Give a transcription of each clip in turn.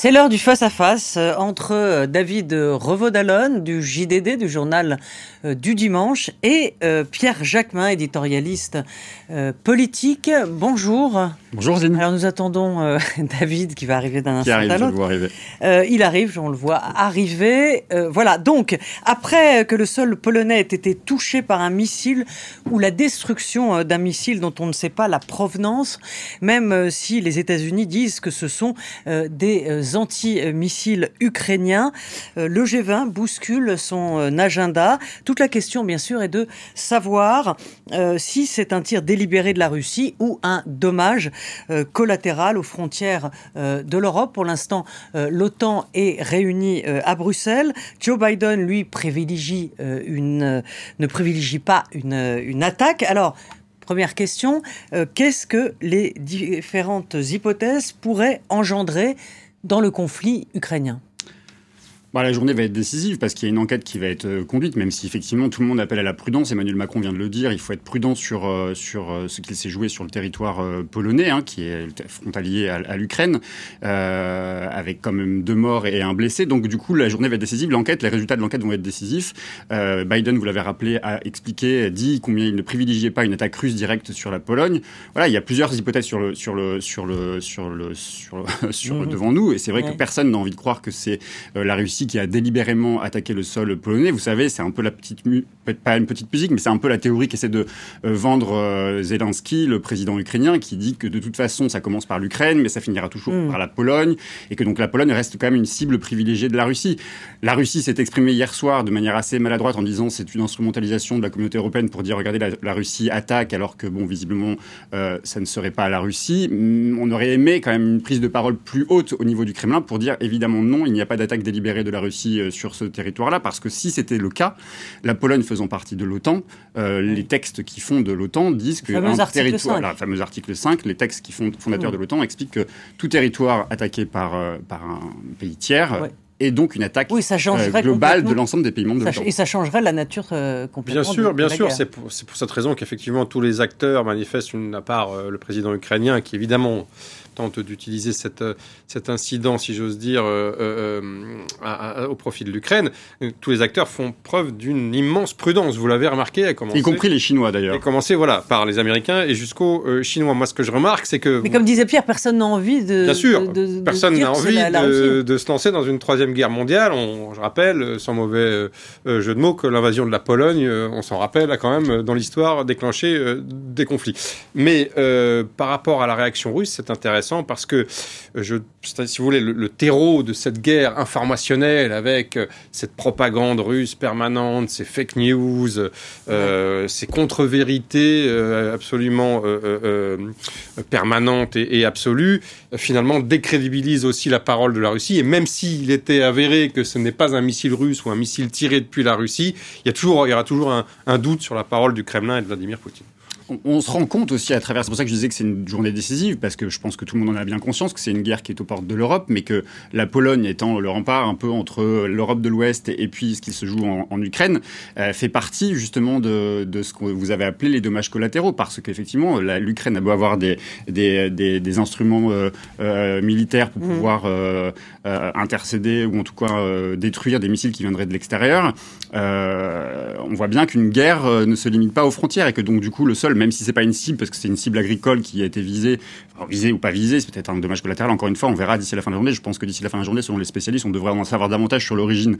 C'est l'heure du face-à-face entre David Revaud-Dallon du JDD, du journal du dimanche, et Pierre Jacquemin, éditorialiste politique. Bonjour. Bonjour Zine. Alors nous attendons David qui va arriver d'un instant à l'autre. Je le vois arriver. Il arrive, on le voit arriver. Voilà, donc après que le sol polonais ait été touché par un missile ou la destruction d'un missile dont on ne sait pas la provenance, même si les États-Unis disent que ce sont des anti-missiles ukrainiens, le G20 bouscule son agenda. Toute la question, bien sûr, est de savoir si c'est un tir délibéré de la Russie ou un dommage collatéral aux frontières de l'Europe. Pour l'instant, l'OTAN est réunie à Bruxelles. Joe Biden, lui, ne privilégie pas une attaque. Alors, première question, qu'est-ce que les différentes hypothèses pourraient engendrer dans le conflit ukrainien ? La journée va être décisive parce qu'il y a une enquête qui va être conduite, même si effectivement tout le monde appelle à la prudence. Emmanuel Macron vient de le dire, il faut être prudent sur ce qu'il s'est joué sur le territoire polonais, qui est frontalier à l'Ukraine, avec quand même 2 morts et 1 blessé. Donc du coup, la journée va être décisive. Les résultats de l'enquête vont être décisifs. Biden, vous l'avez rappelé, a dit combien il ne privilégiait pas une attaque russe directe sur la Pologne. Voilà, il y a plusieurs hypothèses devant nous, et c'est vrai que personne n'a envie de croire que c'est la Russie qui a délibérément attaqué le sol polonais. Vous savez, c'est un peu pas une petite musique, mais c'est un peu la théorie qu'essaie de vendre Zelensky, le président ukrainien, qui dit que de toute façon, ça commence par l'Ukraine, mais ça finira toujours par la Pologne, et que donc la Pologne reste quand même une cible privilégiée de la Russie. La Russie s'est exprimée hier soir de manière assez maladroite en disant c'est une instrumentalisation de la communauté européenne pour dire regardez, la Russie attaque, alors que visiblement, ça ne serait pas la Russie. On aurait aimé quand même une prise de parole plus haute au niveau du Kremlin pour dire évidemment non, il n'y a pas d'attaque délibérée de la Russie sur ce territoire-là, parce que si c'était le cas, la Pologne faisant partie de l'OTAN, les textes qui font de l'OTAN disent que le fameux article 5, les textes qui font fondateurs de l'OTAN expliquent que tout territoire attaqué par un pays tiers et donc une attaque globale de l'ensemble des pays membres de l'OTAN. Et ça changerait la nature complètement. Bien sûr, c'est pour cette raison qu'effectivement tous les acteurs manifestent, à part le président ukrainien qui évidemment tente d'utiliser cet incident, si j'ose dire, au profit de l'Ukraine. Tous les acteurs font preuve d'une immense prudence. Vous l'avez remarqué, y compris les Chinois d'ailleurs. Et commencer par les Américains et jusqu'aux Chinois. Moi, ce que je remarque, c'est que... Mais comme disait Pierre, personne n'a envie de... Bien sûr, personne n'a envie de se lancer dans une 3e guerre mondiale. Je rappelle, sans mauvais jeu de mots, que l'invasion de la Pologne, on s'en rappelle, a quand même, dans l'histoire, déclenché des conflits. Mais par rapport à la réaction russe, c'est intéressant parce que, si vous voulez, le terreau de cette guerre informationnelle avec cette propagande russe permanente, ces fake news, ces contre-vérités absolument permanentes et absolues, finalement décrédibilise aussi la parole de la Russie. Et même s'il était avéré que ce n'est pas un missile russe ou un missile tiré depuis la Russie, il y aura toujours un doute sur la parole du Kremlin et de Vladimir Poutine. On se rend compte aussi à travers... C'est pour ça que je disais que c'est une journée décisive, parce que je pense que tout le monde en a bien conscience, que c'est une guerre qui est aux portes de l'Europe, mais que la Pologne étant le rempart un peu entre l'Europe de l'Ouest et puis ce qui se joue en Ukraine, fait partie justement de ce que vous avez appelé les dommages collatéraux, parce qu'effectivement, l'Ukraine a beau avoir des instruments militaires pour pouvoir intercéder ou en tout cas détruire des missiles qui viendraient de l'extérieur. On voit bien qu'une guerre ne se limite pas aux frontières et que donc du coup le sol, même si c'est pas une cible, parce que c'est une cible agricole qui a été visée ou pas visée, c'est peut-être un dommage collatéral. Encore une fois, on verra d'ici la fin de la journée. Je pense que d'ici la fin de la journée, selon les spécialistes, on devrait en savoir davantage sur l'origine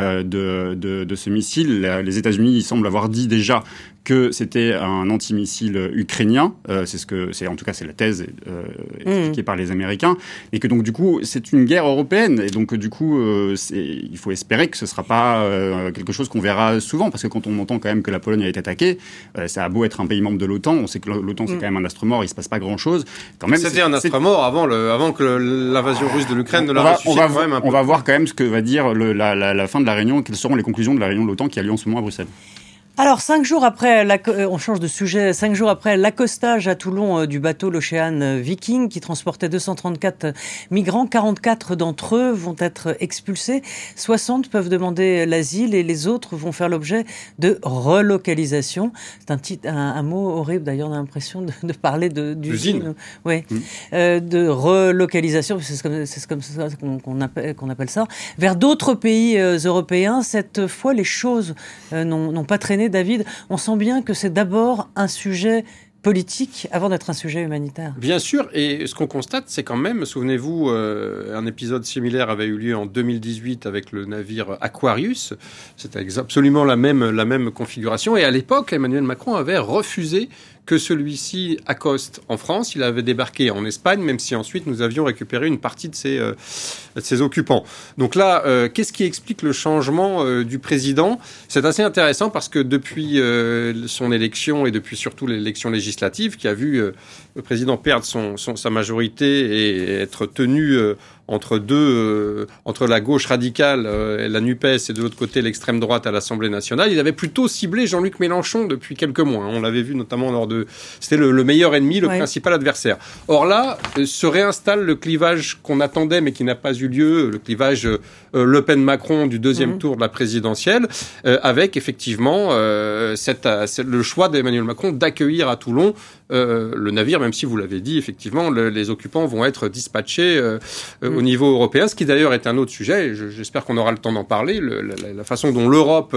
de ce missile. Les États-Unis, ils semblent avoir dit déjà que c'était un antimissile ukrainien. C'est en tout cas c'est la thèse expliquée par les Américains, et que donc du coup c'est une guerre européenne, et donc du coup il faut espérer que ce sera pas quelque chose qu'on verra souvent, parce que quand on entend quand même que la Pologne a été attaquée, ça a beau être un pays membre de l'OTAN, on sait que l'OTAN c'est quand même un astre mort, il se passe pas grand chose. Quand même, c'était un astre mort avant que l'invasion russe de l'Ukraine ne la ressuscite quand même un peu. On va voir quand même ce que va dire la fin de la réunion, quelles seront les conclusions de la réunion de l'OTAN qui a lieu en ce moment à Bruxelles. Alors, 5 jours après, on change de sujet, 5 jours après l'accostage à Toulon du bateau l'Ocean Viking qui transportait 234 migrants, 44 d'entre eux vont être expulsés, 60 peuvent demander l'asile et les autres vont faire l'objet de relocalisation. C'est un mot horrible d'ailleurs, on a l'impression de parler d'usine. Oui, de relocalisation, c'est comme ça qu'on appelle ça, vers d'autres pays européens. Cette fois, les choses n'ont pas traîné. David, on sent bien que c'est d'abord un sujet politique avant d'être un sujet humanitaire. Bien sûr, et ce qu'on constate, c'est quand même, souvenez-vous, un épisode similaire avait eu lieu en 2018 avec le navire Aquarius. C'était absolument la même configuration. Et à l'époque, Emmanuel Macron avait refusé que celui-ci accoste en France. Il avait débarqué en Espagne, même si ensuite nous avions récupéré une partie de ses occupants. Donc là, qu'est-ce qui explique le changement du président ? C'est assez intéressant parce que depuis son élection et depuis surtout l'élection législative qui a vu le président perdre sa majorité et être tenu entre la gauche radicale, la NUPES, et de l'autre côté l'extrême droite à l'Assemblée nationale, il avait plutôt ciblé Jean-Luc Mélenchon depuis quelques mois. On l'avait vu notamment c'était le meilleur ennemi, le principal adversaire. Or là, se réinstalle le clivage qu'on attendait mais qui n'a pas eu lieu, le clivage Le Pen-Macron du deuxième tour de la présidentielle, avec effectivement le choix d'Emmanuel Macron d'accueillir à Toulon le navire, même si vous l'avez dit, effectivement, les occupants vont être dispatchés au niveau européen, ce qui d'ailleurs est un autre sujet, et j'espère qu'on aura le temps d'en parler, la façon dont l'Europe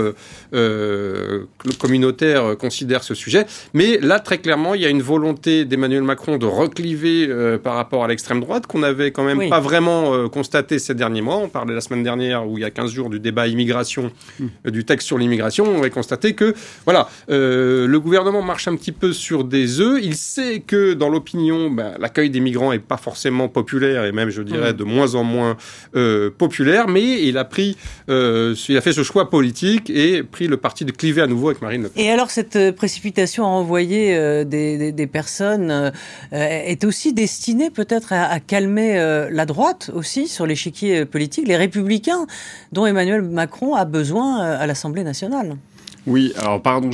communautaire considère ce sujet. Mais là, très clairement, il y a une volonté d'Emmanuel Macron de recliver par rapport à l'extrême droite, qu'on n'avait quand même pas vraiment constaté ces derniers mois. On parlait la semaine dernière, ou il y a 15 jours, du débat immigration, du texte sur l'immigration. On avait constaté que, voilà, le gouvernement marche un petit peu sur des œufs. Il sait que dans l'opinion, l'accueil des migrants est pas forcément populaire, et même, je dirais, de moins en moins populaire, mais il a fait ce choix politique et pris le parti de cliver à nouveau avec Marine Le Pen. Et alors, cette précipitation à envoyer des personnes est aussi destinée peut-être à calmer la droite aussi sur l'échiquier politique, les Républicains dont Emmanuel Macron a besoin à l'Assemblée nationale. Oui, alors pardon,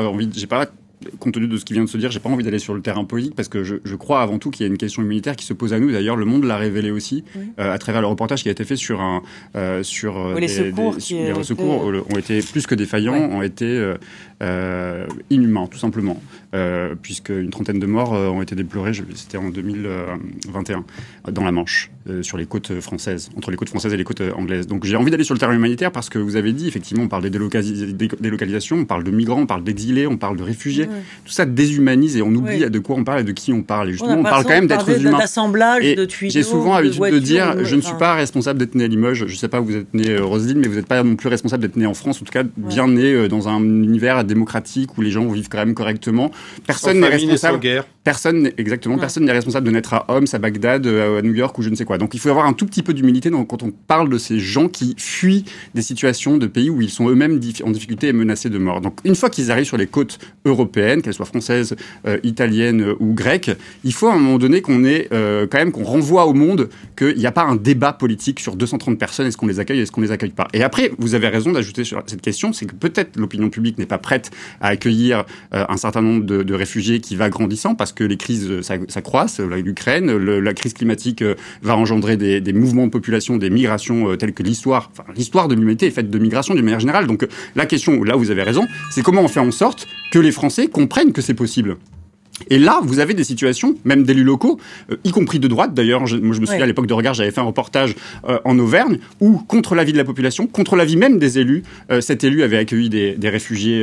compte tenu de ce qui vient de se dire, j'ai pas envie d'aller sur le terrain politique parce que je crois avant tout qu'il y a une question humanitaire qui se pose à nous. D'ailleurs, Le Monde l'a révélé aussi à travers le reportage qui a été fait sur les secours ont été plus que défaillants, ont été inhumains, tout simplement, puisque une trentaine de morts ont été déplorés. C'était en 2021 dans la Manche, sur les côtes françaises, entre les côtes françaises et les côtes anglaises. Donc j'ai envie d'aller sur le terrain humanitaire parce que vous avez dit, effectivement, on parle des délocalisations, on parle de migrants, on parle d'exilés, on parle de réfugiés. Tout ça déshumanise et on oublie de quoi on parle et de qui on parle. Et justement, on parle quand même d'êtres humains. D'assemblage, de tuyaux. J'ai souvent l'habitude de dire, je ne suis pas responsable d'être né à Limoges. Je ne sais pas où vous êtes né, Roselyne, mais vous n'êtes pas non plus responsable d'être né en France. En tout cas, bien né dans un univers démocratique où les gens vivent quand même correctement. Personne n'est responsable. Personne n'est responsable de naître à Homs, à Bagdad, à New York ou je ne sais quoi. Donc il faut avoir un tout petit peu d'humilité quand on parle de ces gens qui fuient des situations de pays où ils sont eux-mêmes en difficulté et menacés de mort. Donc une fois qu'ils arrivent sur les côtes européennes, qu'elles soient françaises, italiennes ou grecques, il faut à un moment donné qu'on renvoie au monde qu'il n'y a pas un débat politique sur 230 personnes, est-ce qu'on les accueille, est-ce qu'on les accueille pas. Et après, vous avez raison d'ajouter sur cette question, c'est que peut-être l'opinion publique n'est pas prête à accueillir un certain nombre de réfugiés qui va grandissant parce que les crises s'accroissent, l'Ukraine, la crise climatique va engendrer des mouvements de population, des migrations telles que l'histoire de l'humanité est faite de migration d'une manière générale. Donc la question, là vous avez raison, c'est comment on fait en sorte que les Français comprennent que c'est possible. Et là, vous avez des situations, même d'élus locaux, y compris de droite. D'ailleurs, je me souviens à l'époque de Regard, j'avais fait un reportage en Auvergne où, contre l'avis de la population, contre l'avis même des élus, cet élu avait accueilli des réfugiés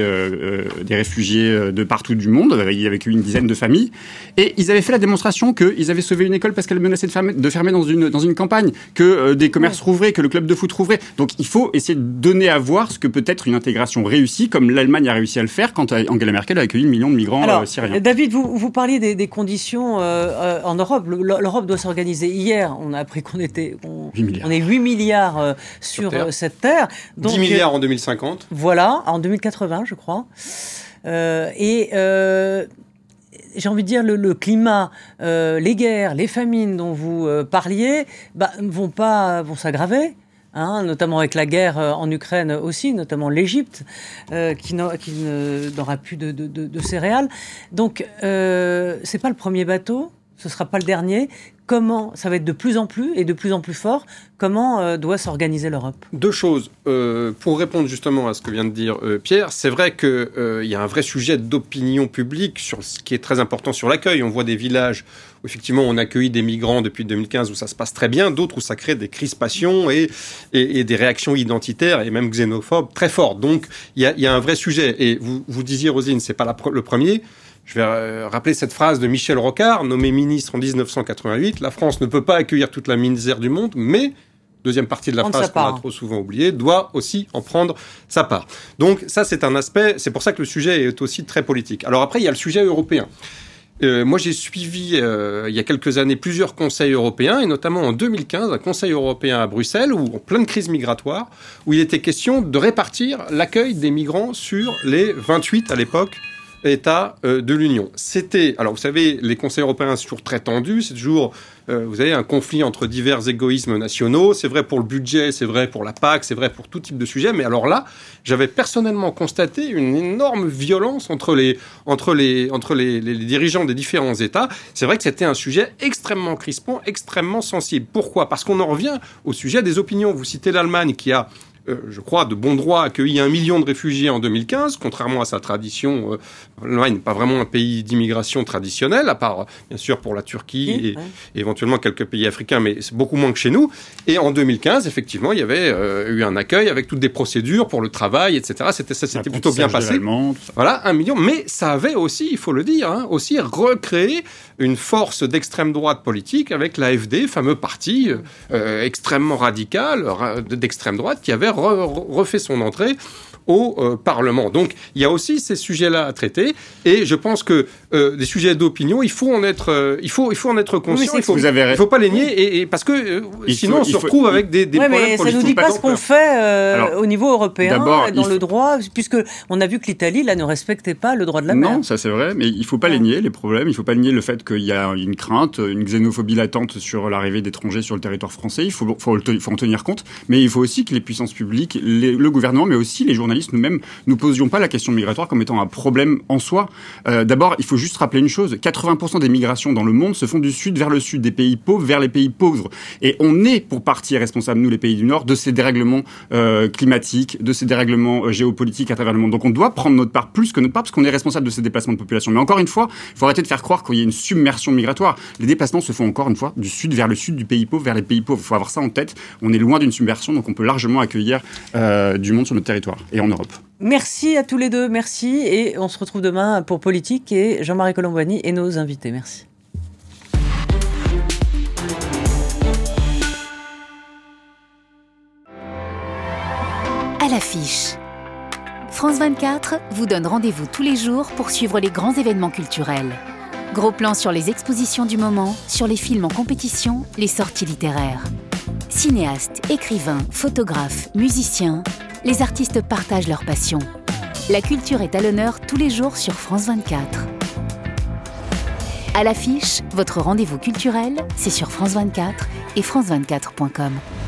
de partout du monde. Il avait accueilli une dizaine de familles. Et ils avaient fait la démonstration qu'ils avaient sauvé une école parce qu'elle menaçait de fermer dans une campagne, que des commerces rouvraient, que le club de foot rouvrait. Donc, il faut essayer de donner à voir ce que peut être une intégration réussie, comme l'Allemagne a réussi à le faire quand Angela Merkel a accueilli 1 million de migrants syriens. David, vous parliez des conditions en Europe. L'Europe doit s'organiser. Hier, on a appris on est 8 milliards sur cette terre. Donc, 10 milliards en 2050. Voilà, en 2080, je crois. J'ai envie de dire, le climat, les guerres, les famines dont vous parliez, vont s'aggraver. notamment avec la guerre en Ukraine aussi, notamment l'Égypte, qui n'aura plus de céréales. Donc, c'est pas le premier bateau, ce sera pas le dernier. Comment, ça va être de plus en plus fort, comment doit s'organiser l'Europe ? Deux choses. Pour répondre justement à ce que vient de dire Pierre, c'est vrai qu'il y a un vrai sujet d'opinion publique sur ce qui est très important sur l'accueil. On voit des villages où effectivement on accueille des migrants depuis 2015 où ça se passe très bien, d'autres où ça crée des crispations et des réactions identitaires et même xénophobes très fortes. Donc il y a un vrai sujet. Et vous disiez, Roselyne, c'est pas le premier. Je vais rappeler cette phrase de Michel Rocard, nommé ministre en 1988. La France ne peut pas accueillir toute la misère du monde, mais, deuxième partie de la phrase qu'on a trop souvent oubliée, doit aussi en prendre sa part. Donc ça, c'est un aspect, c'est pour ça que le sujet est aussi très politique. Alors après, il y a le sujet européen. Moi, j'ai suivi il y a quelques années plusieurs conseils européens, et notamment en 2015, un conseil européen à Bruxelles, où en pleine crise migratoire, où il était question de répartir l'accueil des migrants sur les 28 à l'époque États de l'Union. Alors vous savez, les conseils européens, c'est toujours très tendu, c'est toujours, vous avez un conflit entre divers égoïsmes nationaux, c'est vrai pour le budget, c'est vrai pour la PAC, c'est vrai pour tout type de sujet, mais alors là, j'avais personnellement constaté une énorme violence entre les dirigeants des différents États. C'est vrai que c'était un sujet extrêmement crispant, extrêmement sensible. Pourquoi ? Parce qu'on en revient au sujet des opinions. Vous citez l'Allemagne qui a je crois, de bon droit accueilli 1 million de réfugiés en 2015, contrairement à sa tradition. L'Allemagne n'est pas vraiment un pays d'immigration traditionnel, à part, bien sûr, pour la Turquie et éventuellement quelques pays africains, mais c'est beaucoup moins que chez nous. Et en 2015, effectivement, il y avait eu un accueil avec toutes des procédures pour le travail, etc. C'était plutôt bien passé. Voilà, 1 million. Mais ça avait aussi, il faut le dire, aussi recréé une force d'extrême droite politique avec l'AfD, fameux parti extrêmement radical d'extrême droite qui avait refait son entrée au Parlement. Donc, il y a aussi ces sujets-là à traiter, et je pense que des sujets d'opinion, il faut en être conscient. Il faut pas les nier, et parce que sinon on se retrouve avec des problèmes politiques. Mais ça nous dit pas ce qu'on fait au niveau européen, dans le droit, puisque on a vu que l'Italie là ne respectait pas le droit de la mer. Non, ça c'est vrai, mais il faut pas les nier les problèmes. Il faut pas nier le fait qu'il y a une crainte, une xénophobie latente sur l'arrivée d'étrangers sur le territoire français. Il faut en tenir compte, mais il faut aussi que les puissances publiques, le gouvernement, mais aussi les journalistes, nous-mêmes, nous posions pas la question migratoire comme étant un problème en soi. D'abord, il faut juste rappeler une chose, 80% des migrations dans le monde se font du sud vers le sud, des pays pauvres vers les pays pauvres. Et on est pour partie responsables, nous les pays du Nord, de ces dérèglements climatiques, de ces dérèglements géopolitiques à travers le monde. Donc on doit prendre notre part plus que notre part, parce qu'on est responsable de ces déplacements de population. Mais encore une fois, il faut arrêter de faire croire qu'il y a une submersion migratoire. Les déplacements se font encore une fois du sud vers le sud, du pays pauvre vers les pays pauvres. Il faut avoir ça en tête. On est loin d'une submersion, donc on peut largement accueillir du monde sur notre territoire et en Europe. Merci à tous les deux, merci. Et on se retrouve demain pour Politique et Jean-Marie Colombani et nos invités. Merci. À l'affiche. France 24 vous donne rendez-vous tous les jours pour suivre les grands événements culturels. Gros plans sur les expositions du moment, sur les films en compétition, les sorties littéraires. Cinéastes, écrivains, photographes, musiciens, les artistes partagent leur passion. La culture est à l'honneur tous les jours sur France 24. À l'affiche, votre rendez-vous culturel, c'est sur France 24 et france24.com.